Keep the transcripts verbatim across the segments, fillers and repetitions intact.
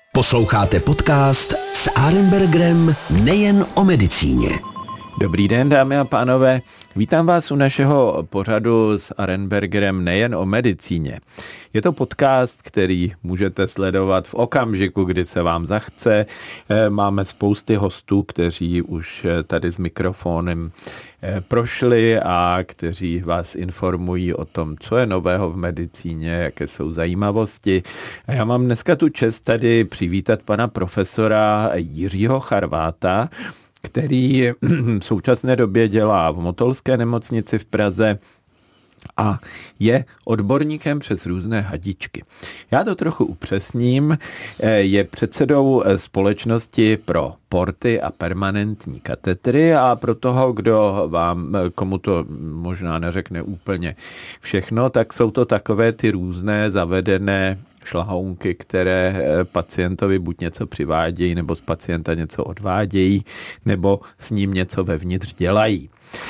Posloucháte podcast s Arenbergerem nejen o medicíně. Dobrý den, dámy a pánové. Vítám vás u našeho pořadu s Arenbergerem nejen o medicíně. Je to podcast, který můžete sledovat v okamžiku, kdy se vám zachce. Máme spousty hostů, kteří už tady s mikrofonem prošli a kteří vás informují o tom, co je nového v medicíně, jaké jsou zajímavosti. A já mám dneska tu čest tady přivítat pana profesora Jiřího Charváta, který v současné době dělá v Motolské nemocnici v Praze a je odborníkem přes různé hadičky. Já to trochu upřesním. Je předsedou společnosti pro porty a permanentní katetry a pro toho, kdo vám, komu to možná neřekne úplně všechno, tak jsou to takové ty různé zavedené šlahounky, které pacientovi buď něco přivádějí, nebo z pacienta něco odvádějí, nebo s ním něco vevnitř dělají.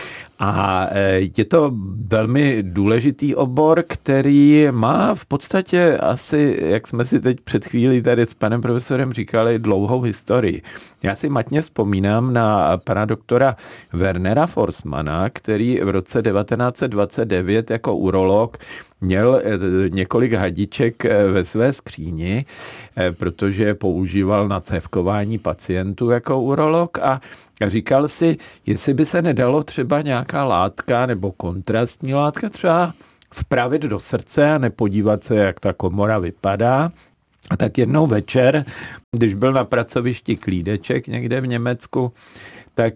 A je to velmi důležitý obor, který má v podstatě asi, jak jsme si teď před chvílí tady s panem profesorem říkali, dlouhou historii. Já si matně vzpomínám na pana doktora Wernera Forssmana, který v roce devatenáct set dvacet devět jako urolog měl několik hadiček ve své skříni, protože používal na cévkování pacientů jako urolog a říkal si, jestli by se nedalo třeba nějaká látka nebo kontrastní látka třeba vpravit do srdce a nepodívat se, jak ta komora vypadá. A tak jednou večer, když byl na pracovišti klídeček někde v Německu, tak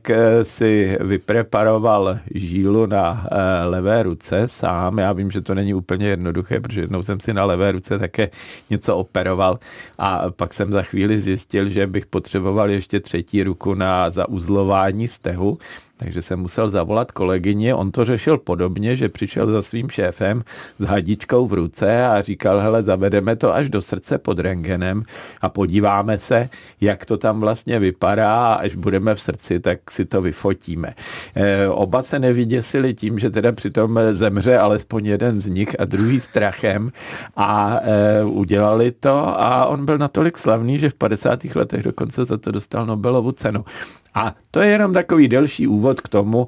si vypreparoval žílu na levé ruce sám. Já vím, že to není úplně jednoduché, protože jednou jsem si na levé ruce také něco operoval a pak jsem za chvíli zjistil, že bych potřeboval ještě třetí ruku na zauzlování stehu. Takže jsem musel zavolat kolegyni, on to řešil podobně, že přišel za svým šéfem s hadičkou v ruce a říkal, hele, zavedeme to až do srdce pod rentgenem a podíváme se, jak to tam vlastně vypadá a až budeme v srdci, tak si to vyfotíme. E, oba se nevyděsili tím, že teda přitom zemře alespoň jeden z nich a druhý strachem a e, udělali to a on byl natolik slavný, že v padesátých letech dokonce za to dostal Nobelovu cenu. A to je jenom takový delší úvod k tomu,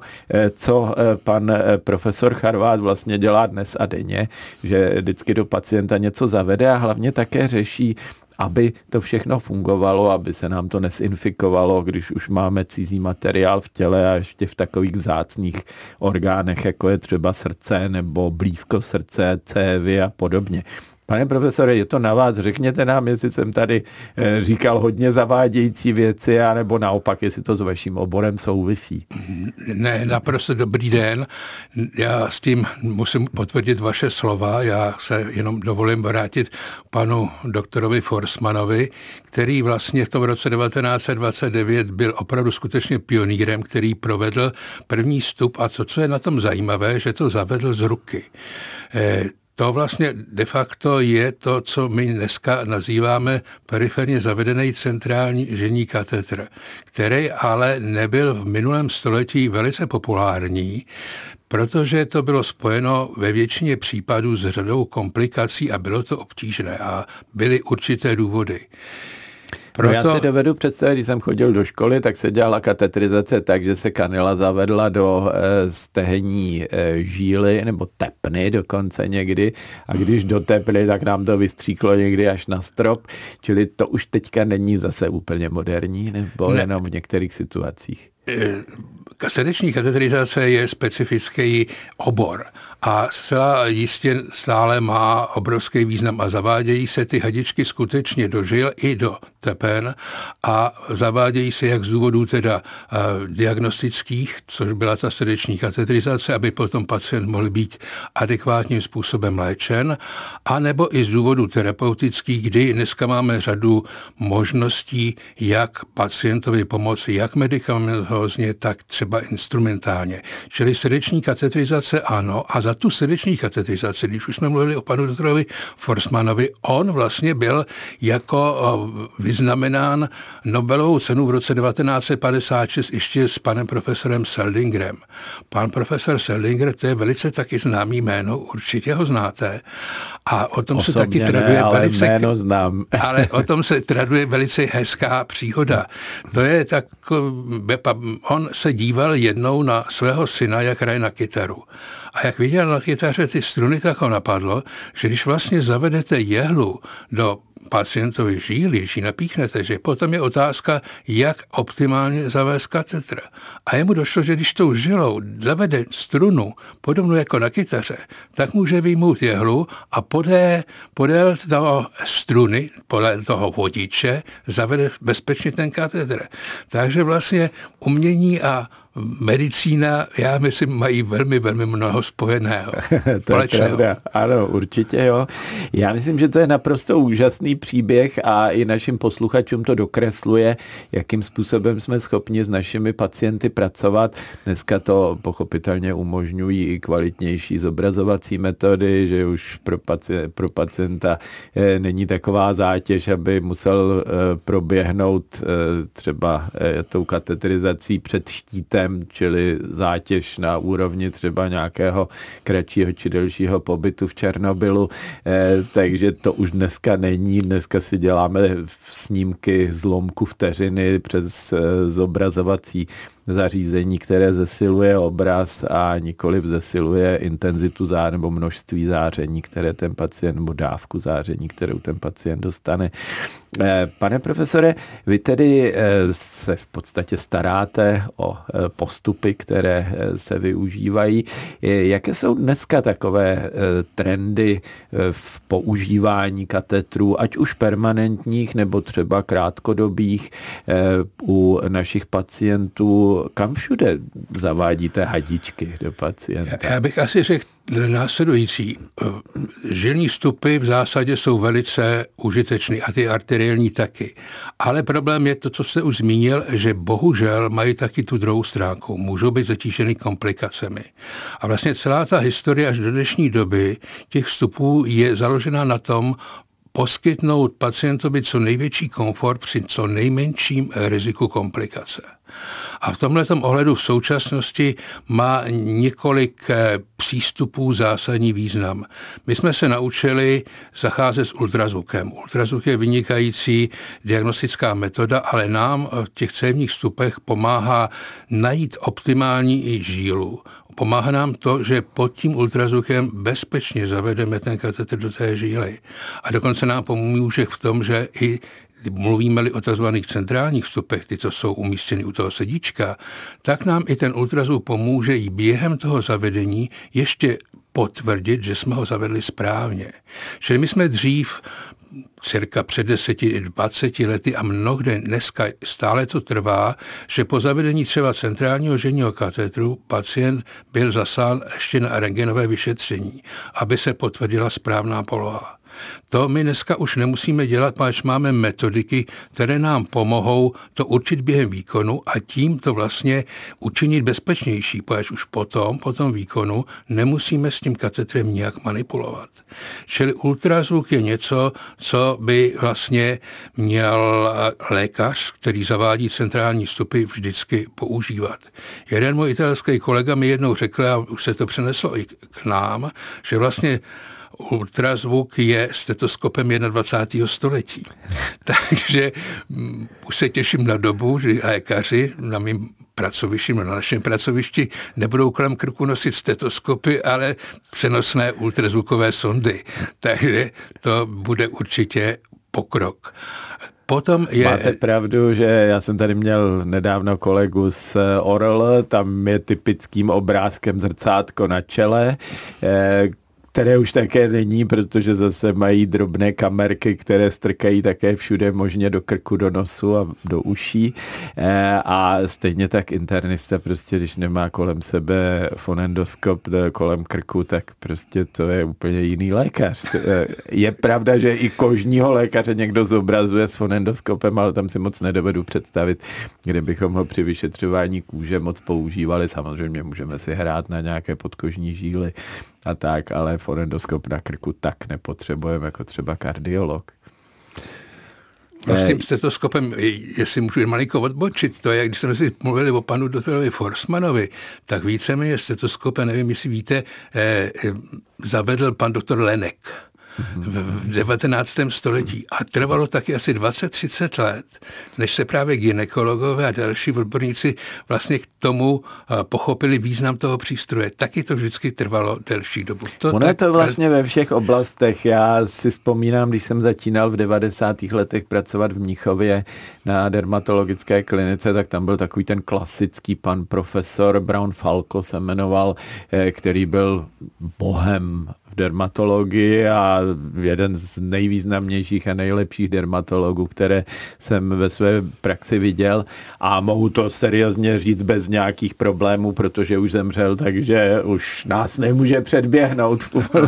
co pan profesor Charvát vlastně dělá dnes a denně, že vždycky do pacienta něco zavede a hlavně také řeší, aby to všechno fungovalo, aby se nám to nesinfikovalo, když už máme cizí materiál v těle a ještě v takových vzácných orgánech, jako je třeba srdce nebo blízko srdce, cévy a podobně. Pane profesore, je to na vás, řekněte nám, jestli jsem tady říkal hodně zavádějící věci, anebo naopak, jestli to s vaším oborem souvisí. Ne, naprosto dobrý den. Já s tím musím potvrdit vaše slova. Já se jenom dovolím vrátit panu doktorovi Forssmanovi, který vlastně v tom roce devatenáct set dvacet devět byl opravdu skutečně pionýrem, který provedl první vstup a co, co je na tom zajímavé, že to zavedl z ruky. Eh, To vlastně de facto je to, co my dneska nazýváme periferně zavedený centrální ženní katetr, který ale nebyl v minulém století velice populární, protože to bylo spojeno ve většině případů s řadou komplikací a bylo to obtížné a byly určité důvody. Proto... No já si dovedu představit, když jsem chodil do školy, tak se dělala katetrizace tak, že se kanila zavedla do e, stehenní e, žíly nebo tepny dokonce někdy a když dotepli, tak nám to vystříklo někdy až na strop, čili to už teďka není zase úplně moderní, nebo ne. Jenom v některých situacích. Srdeční katetrizace je specifický obor a zcela jistě stále má obrovský význam a zavádějí se ty hadičky skutečně do žil i do tepen a zavádějí se jak z důvodů teda uh, diagnostických, což byla ta srdeční katetrizace, aby potom pacient mohl být adekvátním způsobem léčen, anebo i z důvodů terapeutických, kdy dneska máme řadu možností, jak pacientovi pomoci, jak medicament monózně, tak třeba instrumentálně. Čili srdeční katetrizace ano, a za tu srdeční katetrizaci, když už jsme mluvili o panu doktorovi Forssmanovi, on vlastně byl jako vyznamenán Nobelovou cenu v roce devatenáct set padesát šest ještě s panem profesorem Seldingerem. Pan profesor Seldinger, to je velice taky známý jméno, určitě ho znáte. A o tom Osobně se taky ne, traduje ale velice... jméno znám. Ale o tom se traduje velice hezká příhoda. To je tak... On se díval jednou na svého syna, jak hraje na kytaru. A jak viděl na kytaře ty struny, tak ho napadlo, že když vlastně zavedete jehlu do pacientovi žíly, když ji napíchnete, že potom je otázka, jak optimálně zavést katetr. A jemu došlo, že když tou žilou zavede strunu, podobnou jako na kytaře, tak může vyjmout jehlu a podél, podél toho struny, podél toho vodiče, zavede bezpečně ten katetr. Takže vlastně umění a medicína, já myslím, mají velmi, velmi mnoho spojeného. To je pravda. Ano, určitě jo. Já myslím, že to je naprosto úžasný příběh a i našim posluchačům to dokresluje, jakým způsobem jsme schopni s našimi pacienty pracovat. Dneska to pochopitelně umožňují i kvalitnější zobrazovací metody, že už pro, paci- pro pacienta e, není taková zátěž, aby musel e, proběhnout e, třeba e, tou katetrizací před štítem, čili zátěž na úrovni třeba nějakého kratšího či delšího pobytu v Černobylu, eh, takže to už dneska není. Dneska si děláme snímky zlomku vteřiny přes eh, zobrazovací zařízení, které zesiluje obraz a nikoliv zesiluje intenzitu zá nebo množství záření, které ten pacient, nebo dávku záření, kterou ten pacient dostane. Pane profesore, vy tedy se v podstatě staráte o postupy, které se využívají. Jaké jsou dneska takové trendy v používání katetrů, ať už permanentních nebo třeba krátkodobých u našich pacientů? Kam všude zavádíte hadičky do pacienta? Já bych asi řekl následující. Žilní vstupy v zásadě jsou velice užitečné a ty arteriální taky. Ale problém je to, co jste už zmínil, že bohužel mají taky tu druhou stránku. Můžou být zatíženy komplikacemi. A vlastně celá ta historie až do dnešní doby těch vstupů je založena na tom, poskytnout pacientovi co největší komfort při co nejmenším riziku komplikace. A v tomhletom ohledu v současnosti má několik přístupů zásadní význam. My jsme se naučili zacházet s ultrazvukem. Ultrazvuk je vynikající diagnostická metoda, ale nám v těch cévních vstupech pomáhá najít optimální žílu. Pomáhá nám to, že pod tím ultrazvukem bezpečně zavedeme ten katetr do té žíly. A dokonce nám pomůže v tom, že i mluvíme-li o tzv. Centrálních vstupech, ty, co jsou umístěny u toho sedíčka, tak nám i ten ultrazvuk pomůže i během toho zavedení ještě potvrdit, že jsme ho zavedli správně. Čili my jsme dřív cirka před deseti, dvaceti lety a mnohde dneska stále to trvá, že po zavedení třeba centrálního žilního katetru pacient byl zaslán ještě na rentgenové vyšetření, aby se potvrdila správná poloha. To my dneska už nemusíme dělat, protože máme metodiky, které nám pomohou to určit během výkonu a tím to vlastně učinit bezpečnější, protože už potom, po tom výkonu, nemusíme s tím katetrem nijak manipulovat. Čili ultrazvuk je něco, co by vlastně měl lékař, který zavádí centrální vstupy, vždycky používat. Jeden můj italský kolega mi jednou řekl, a už se to přeneslo i k nám, že vlastně ultrazvuk je stetoskopem dvacátého prvního století. Takže um, už se těším na dobu, že lékaři na mým pracovišti, na našem pracovišti nebudou kolem krku nosit stetoskopy, ale přenosné ultrazvukové sondy. Takže to bude určitě pokrok. Potom je... Máte pravdu, že já jsem tady měl nedávno kolegu z Orl, tam je typickým obrázkem zrcátko na čele, které už také není, protože zase mají drobné kamerky, které strkají také všude možně do krku, do nosu a do uší. A stejně tak internista prostě, když nemá kolem sebe fonendoskop kolem krku, tak prostě to je úplně jiný lékař. Je pravda, že i kožního lékaře někdo zobrazuje s fonendoskopem, ale tam si moc nedovedu představit, kde bychom ho při vyšetřování kůže moc používali. Samozřejmě můžeme si hrát na nějaké podkožní žíly a tak, ale fonendoskop na krku tak nepotřebujeme jako třeba kardiolog. No s tím stetoskopem, jestli můžu malinko odbočit, to je, když jsme si mluvili o panu doktorovi Forssmanovi, tak víceméně stetoskopem, nevím, jestli víte, eh, zavedl pan doktor Lenek v devatenáctém století a trvalo taky asi dvacet třicet let, než se právě gynekologové a další odborníci vlastně k tomu pochopili význam toho přístroje. Taky to vždycky trvalo delší dobu. To ono je to vlastně ve všech oblastech. Já si vzpomínám, když jsem začínal v devadesátých letech pracovat v Mnichově na dermatologické klinice, tak tam byl takový ten klasický pan profesor Brown Falco se jmenoval, který byl bohem v dermatologii a jeden z nejvýznamnějších a nejlepších dermatologů, které jsem ve své praxi viděl a mohu to seriózně říct bez nějakých problémů, protože už zemřel, takže už nás nemůže předběhnout.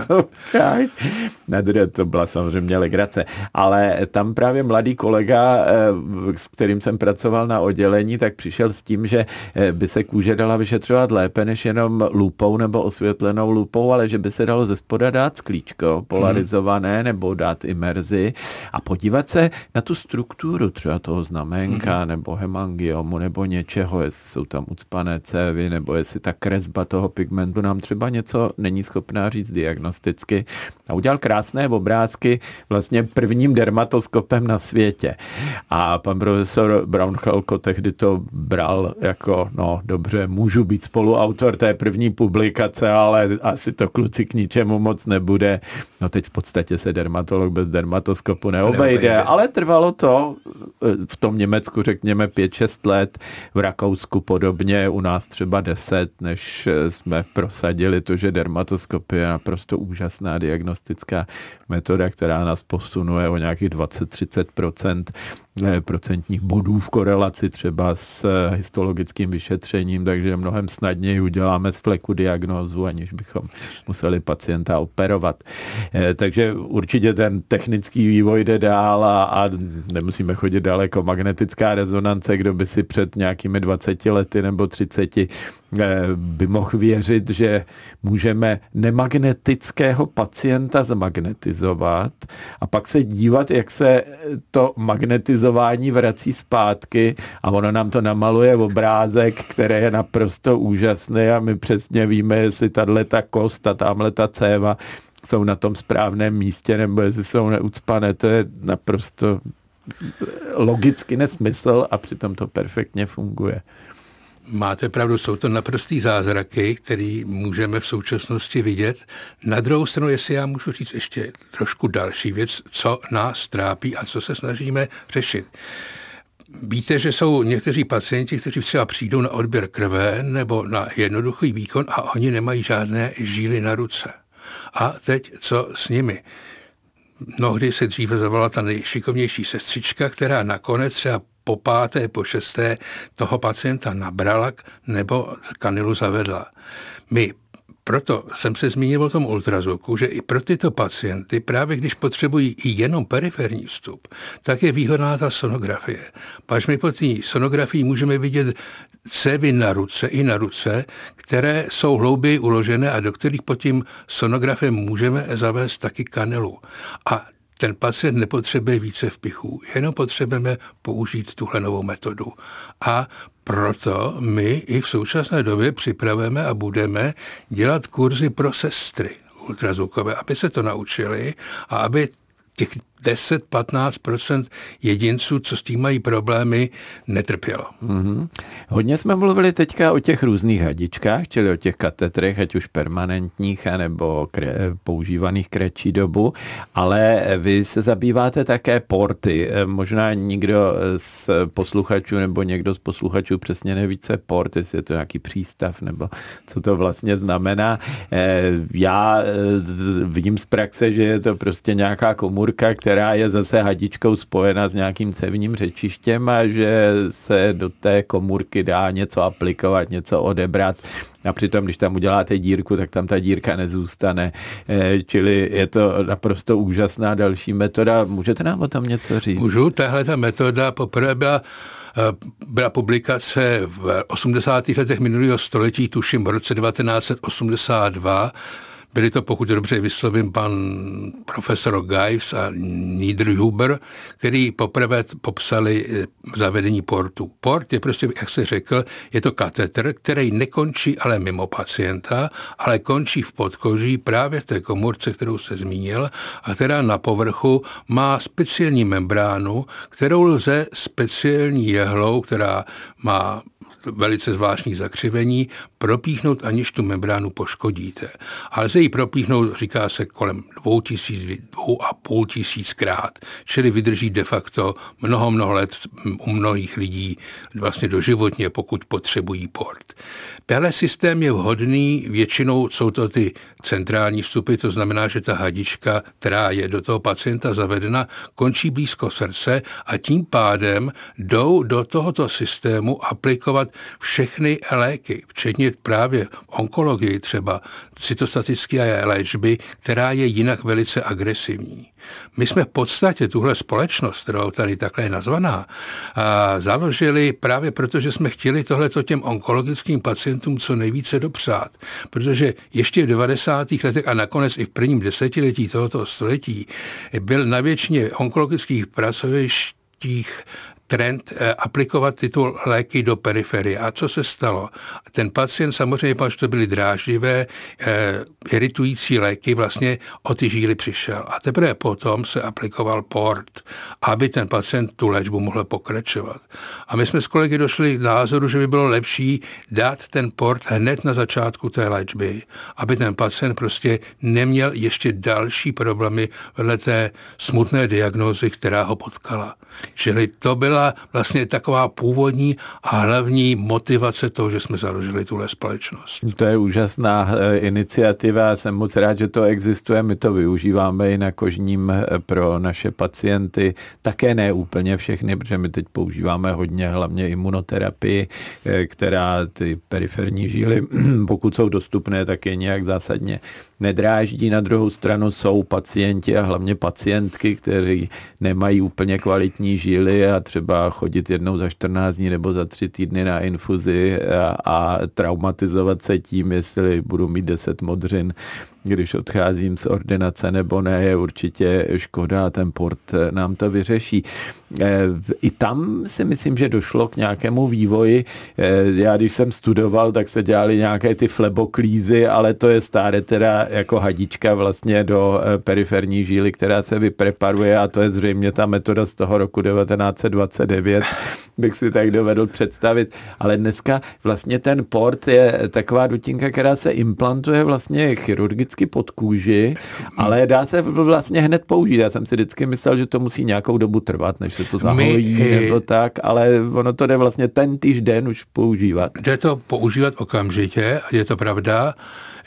Na druhé to byla samozřejmě legrace. Ale tam právě mladý kolega, s kterým jsem pracoval na oddělení, tak přišel s tím, že by se kůže dala vyšetřovat lépe než jenom lupou nebo osvětlenou lupou, ale že by se dalo ze spoda dát sklíčko polarizované hmm. nebo dát imerzi a podívat se na tu strukturu třeba toho znamenka hmm. nebo hemangiomu nebo něčeho, jestli jsou tam ucpané cévy nebo jestli ta kresba toho pigmentu nám třeba něco není schopná říct diagnosticky. A udělal krásné obrázky vlastně prvním dermatoskopem na světě. A pan profesor Brown-Falco tehdy to bral jako, no dobře, můžu být spoluautor té první publikace, ale asi to kluci k ničemu moc nebude. No teď v podstatě se dermatolog bez dermatoskopu neobejde, ale trvalo to v tom Německu řekněme pět šest let, v Rakousku podobně, u nás třeba deset, než jsme prosadili to, že dermatoskop je naprosto úžasná diagnostická metoda, která nás posunuje o nějakých dvacet až třicet procent procentních bodů v korelaci třeba s histologickým vyšetřením, takže mnohem snadněji uděláme z fleku diagnózu, aniž bychom museli pacienta operovat. Takže určitě ten technický vývoj jde dál a, a nemusíme chodit daleko. Magnetická rezonance, kdo by si před nějakými dvaceti lety nebo třiceti by mohl věřit, že můžeme nemagnetického pacienta zmagnetizovat a pak se dívat, jak se to magnetizování vrací zpátky a ono nám to namaluje obrázek, který je naprosto úžasný a my přesně víme, jestli tato kost a tamhle ta céva jsou na tom správném místě nebo jestli jsou neucpané. To je naprosto logicky nesmysl a přitom to perfektně funguje. Máte pravdu, jsou to naprostý zázraky, který můžeme v současnosti vidět. Na druhou stranu, jestli já můžu říct ještě trošku další věc, co nás trápí a co se snažíme řešit. Víte, že jsou někteří pacienti, kteří třeba přijdou na odběr krve nebo na jednoduchý výkon a oni nemají žádné žíly na ruce. A teď co s nimi? Mnohdy se dříve zavolala ta nejšikovnější sestřička, která nakonec třeba po páté, po šesté toho pacienta nabrala nebo kanilu zavedla. My, proto jsem se zmínil o tom ultrazvuku, že i pro tyto pacienty, právě když potřebují i jenom periferní vstup, tak je výhodná ta sonografie. Pač my po té sonografii můžeme vidět cévy na ruce i na ruce, které jsou hlouběji uložené a do kterých pod tím sonografem můžeme zavést taky kanilu. A ten pacient nepotřebuje více vpichů, jenom potřebujeme použít tuhle novou metodu. A proto my i v současné době připravujeme a budeme dělat kurzy pro sestry ultrazvukové, aby se to naučili a aby těch deset až patnáct procent jedinců, co s tím mají problémy, netrpělo. Mm-hmm. Hodně jsme mluvili teďka o těch různých hadičkách, čili o těch katetrech, ať už permanentních, nebo kre, používaných kratší dobu, ale vy se zabýváte také porty. Možná nikdo z posluchačů nebo někdo z posluchačů přesně neví, co je port, jestli je to nějaký přístav, nebo co to vlastně znamená. Já vidím z praxe, že je to prostě nějaká komůrka, která je zase hadičkou spojena s nějakým cévním řečištěm a že se do té komůrky dá něco aplikovat, něco odebrat. A přitom, když tam uděláte dírku, tak tam ta dírka nezůstane. Čili je to naprosto úžasná další metoda. Můžete nám o tom něco říct? Můžu. Tahle ta metoda poprvé byla Byla publikace v osmdesátých letech minulého století, tuším v roce devatenáct set osmdesát dva. Byli to, pokud dobře vyslovím, pan profesor Gives a Niederhuber, který poprvé popsali zavedení portu. Port je prostě, jak se řekl, je to katetr, který nekončí ale mimo pacienta, ale končí v podkoží právě v té komůrce, kterou se zmínil, a která na povrchu má speciální membránu, kterou lze speciální jehlou, která má velice zvláštní zakřivení, propíchnout, aniž tu membránu poškodíte. Ale lze ji propíchnout, říká se, kolem dvou tisíc, dvou a půl tisíckrát, čili vydrží de facto mnoho, mnoho let u mnohých lidí vlastně doživotně, pokud potřebují port. Tenhle systém je vhodný, většinou jsou to ty centrální vstupy, to znamená, že ta hadička, která je do toho pacienta zavedena, končí blízko srdce a tím pádem jdou do tohoto systému aplikovat všechny léky, včetně právě onkologii třeba, cytostatické léčby, která je jinak velice agresivní. My jsme v podstatě tuhle společnost, kterou tady takhle je nazvaná, a založili právě proto, že jsme chtěli tohleto těm onkologickým pacientům co nejvíce dopřát. Protože ještě v devadesátých letech a nakonec i v prvním desetiletí tohoto století byl na většině onkologických pracovištích trend eh, aplikovat tyto léky do periferie. A co se stalo? Ten pacient samozřejmě, protože to byly dráždivé, eh, iritující léky, vlastně o ty žíly přišel. A teprve potom se aplikoval port, aby ten pacient tu léčbu mohl pokračovat. A my jsme s kolegy došli k názoru, že by bylo lepší dát ten port hned na začátku té léčby, aby ten pacient prostě neměl ještě další problémy vedle té smutné diagnózy, která ho potkala. Čili to byla vlastně taková původní a hlavní motivace toho, že jsme založili tuhle společnost. To je úžasná iniciativa, jsem moc rád, že to existuje, my to využíváme i na kožním pro naše pacienty, také ne úplně všechny, protože my teď používáme hodně hlavně imunoterapii, která ty periferní žíly, pokud jsou dostupné, tak je nějak zásadně nedráždí. Na druhou stranu jsou pacienti a hlavně pacientky, kteří nemají úplně kvalitní žíly a třeba chodit jednou za čtrnáct dní nebo za tři týdny na infuzi a, a traumatizovat se tím, jestli budu mít deset modřin, když odcházím z ordinace nebo ne, je určitě škoda a ten port nám to vyřeší. I tam si myslím, že došlo k nějakému vývoji. Já když jsem studoval, tak se dělali nějaké ty fleboklízy, ale to je stále teda jako hadička vlastně do periferní žíly, která se vypreparuje a to je zřejmě ta metoda z toho roku devatenáct set dvacet devět, bych si tak dovedl představit. Ale dneska vlastně ten port je taková dutinka, která se implantuje vlastně chirurgicky pod kůži, ale dá se vlastně hned použít. Já jsem si vždycky myslel, že to musí nějakou dobu trvat, než se to zahojí My, nebo tak, ale ono to jde vlastně ten týž den už používat. Jde to používat okamžitě, je to pravda.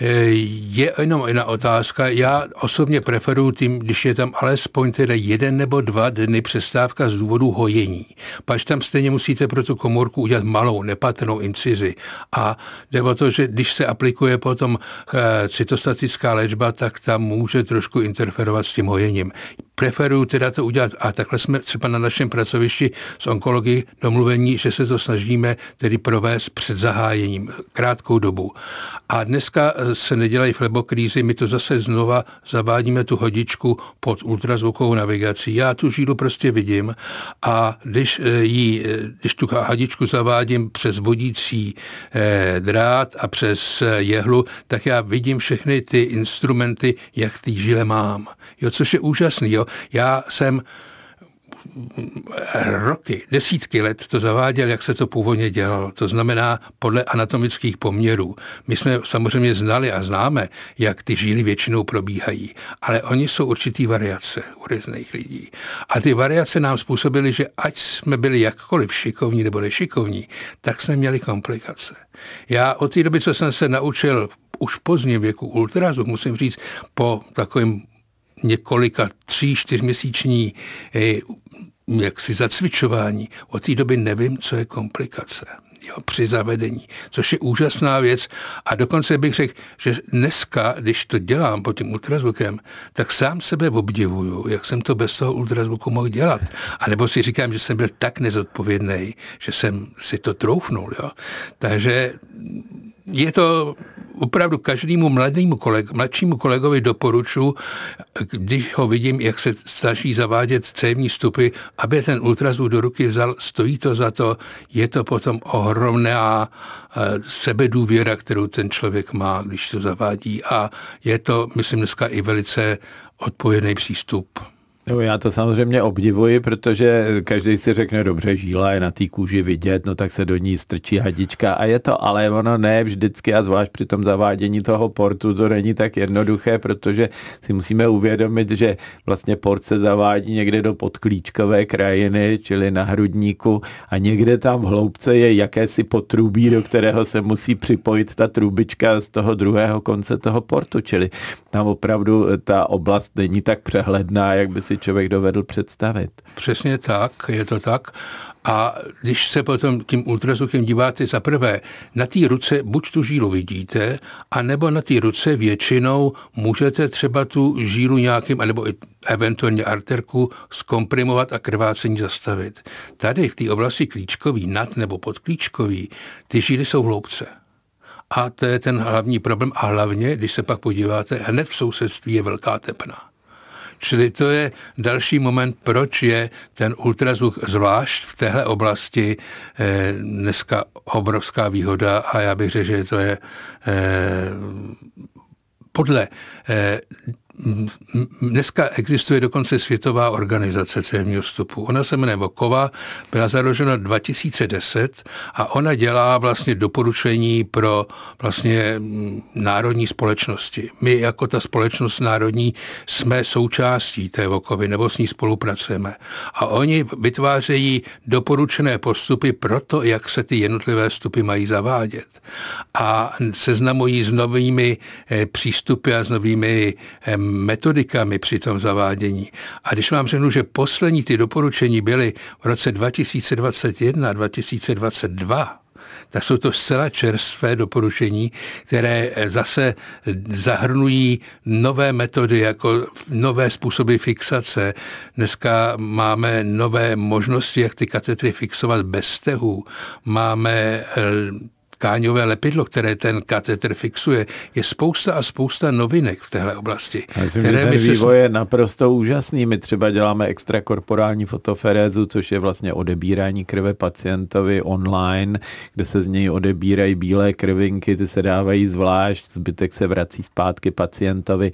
Je jenom jedna otázka. Já osobně preferuji tím, když je tam alespoň teda jeden nebo dva dny přestávka z důvodu hojení. Pač tam stejně musíte pro tu komórku udělat malou, nepatrnou incizi. A jde o to, že když se aplikuje potom cytostatická léčba, tak tam může trošku interferovat s tím hojením. Preferuju teda to udělat a takhle jsme třeba na našem pracovišti s onkologií domluvení, že se to snažíme tedy provést před zahájením krátkou dobu. A dneska se nedělají fleboklízy, my to zase znova zavádíme tu hodičku pod ultrazvukovou navigací. Já tu žílu prostě vidím a když, jí, když tu hadičku zavádím přes vodící drát a přes jehlu, tak já vidím všechny ty instrumenty, jak ty žíle mám. Jo, což je úžasný. Jo. Já jsem roky, desítky let to zaváděl, jak se to původně dělalo. To znamená podle anatomických poměrů. My jsme samozřejmě znali a známe, jak ty žíly většinou probíhají, ale oni jsou určitý variace u různých lidí. A ty variace nám způsobily, že ať jsme byli jakkoliv šikovní nebo nešikovní, tak jsme měli komplikace. Já od té doby, co jsem se naučil už v pozdním věku ultrazvuk, musím říct, po takovém několika tří, čtyřměsíční eh, jaksi zacvičování. Od té doby nevím, co je komplikace, jo, při zavedení, což je úžasná věc. A dokonce bych řekl, že dneska, když to dělám pod tím ultrazvukem, tak sám sebe obdivuju, jak jsem to bez toho ultrazvuku mohl dělat. A nebo si říkám, že jsem byl tak nezodpovědný, že jsem si to troufnul. Jo. Takže je to opravdu každému mladému koleg, mladšímu kolegovi doporučuji, když ho vidím, jak se snaží zavádět cévní vstupy, aby ten ultrazvuk do ruky vzal, stojí to za to, je to potom ohromná sebedůvěra, kterou ten člověk má, když to zavádí, a je to, myslím, dneska i velice odpovědný přístup. No, já to samozřejmě obdivuji, protože každý si řekne, dobře, žíla je na té kůži vidět, no tak se do ní strčí hadička a je to, ale ono ne vždycky a zvlášť při tom zavádění toho portu to není tak jednoduché, protože si musíme uvědomit, že vlastně port se zavádí někde do podklíčkové krajiny, čili na hrudníku, a někde tam v hloubce je jakési potrubí, do kterého se musí připojit ta trubička z toho druhého konce toho portu, čili tam opravdu ta oblast není tak přehledná, jak by si člověk dovedl představit. Přesně tak, je to tak. A když se potom tím ultrazvukem díváte za prvé, na té ruce buď tu žílu vidíte, anebo na té ruce většinou můžete třeba tu žílu nějakým, anebo eventuálně arterku zkomprimovat a krvácení zastavit. Tady v té oblasti klíčkový, nad nebo podklíčkový, ty žíly jsou v hloubce. A to je ten hlavní problém. A hlavně, když se pak podíváte, hned v sousedství je velká tepna. Čili to je další moment, proč je ten ultrazvuk zvlášť v téhle oblasti eh, dneska obrovská výhoda, a já bych řekl, že to je eh, podle eh, dneska existuje dokonce Světová organizace cévního vstupu. Ona se jmenuje Vokova, byla založena dva tisíce deset a ona dělá vlastně doporučení pro vlastně národní společnosti. My jako ta společnost národní jsme součástí té Vokovy, nebo s ní spolupracujeme. A oni vytvářejí doporučené postupy pro to, jak se ty jednotlivé vstupy mají zavádět. A seznamují s novými přístupy a s novými metodikami při tom zavádění. A když vám řeknu, že poslední ty doporučení byly v roce dva tisíce dvacet jedna a dva tisíce dvacet dva, tak jsou to zcela čerstvé doporučení, které zase zahrnují nové metody, jako nové způsoby fixace. Dneska máme nové možnosti, jak ty katetry fixovat bez stehů. Máme tkáňové lepidlo, které ten katetr fixuje. Je spousta a spousta novinek v téhle oblasti. Já myslím, že ten vývoj je naprosto úžasný. My třeba děláme extrakorporální fotoferézu, což je vlastně odebírání krve pacientovi online, kde se z něj odebírají bílé krvinky, ty se dávají zvlášť, zbytek se vrací zpátky pacientovi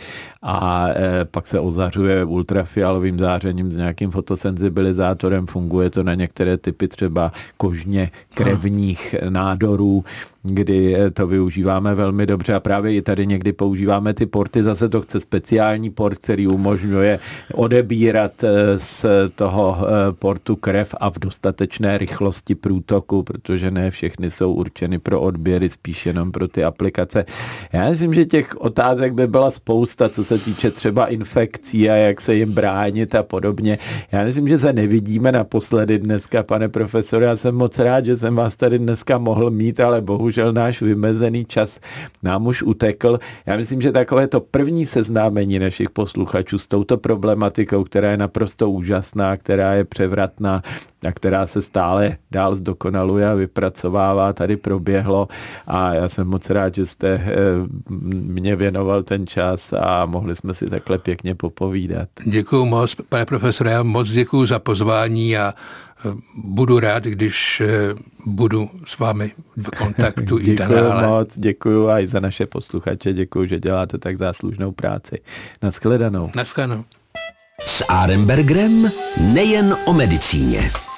a e, pak se ozařuje ultrafialovým zářením s nějakým fotosenzibilizátorem. Funguje to na některé typy třeba kožně krevních nádorů, kdy to využíváme velmi dobře a právě i tady někdy používáme ty porty. Zase to chce speciální port, který umožňuje odebírat z toho portu krev a v dostatečné rychlosti průtoku, protože ne všechny jsou určeny pro odběry, spíš jenom pro ty aplikace. Já myslím, že těch otázek by byla spousta, co se týče třeba infekcí a jak se jim bránit a podobně. Já myslím, že se nevidíme naposledy dneska, pane profesore. Já jsem moc rád, že jsem vás tady dneska mohl mít, ale bohužel náš vymezený čas nám už utekl. Já myslím, že takové to první seznámení našich posluchačů s touto problematikou, která je naprosto úžasná, která je převratná a která se stále dál zdokonaluje a vypracovává, tady proběhlo a já jsem moc rád, že jste mě věnoval ten čas a mohli jsme si takhle pěkně popovídat. Děkuju moc, pane profesore, já moc děkuju za pozvání a budu rád, když budu s vámi v kontaktu i dále. Děkuju moc, děkuju a i za naše posluchače, děkuju, že děláte tak záslužnou práci. Naschledanou. Naschledanou. S Arenbergerem nejen o medicíně.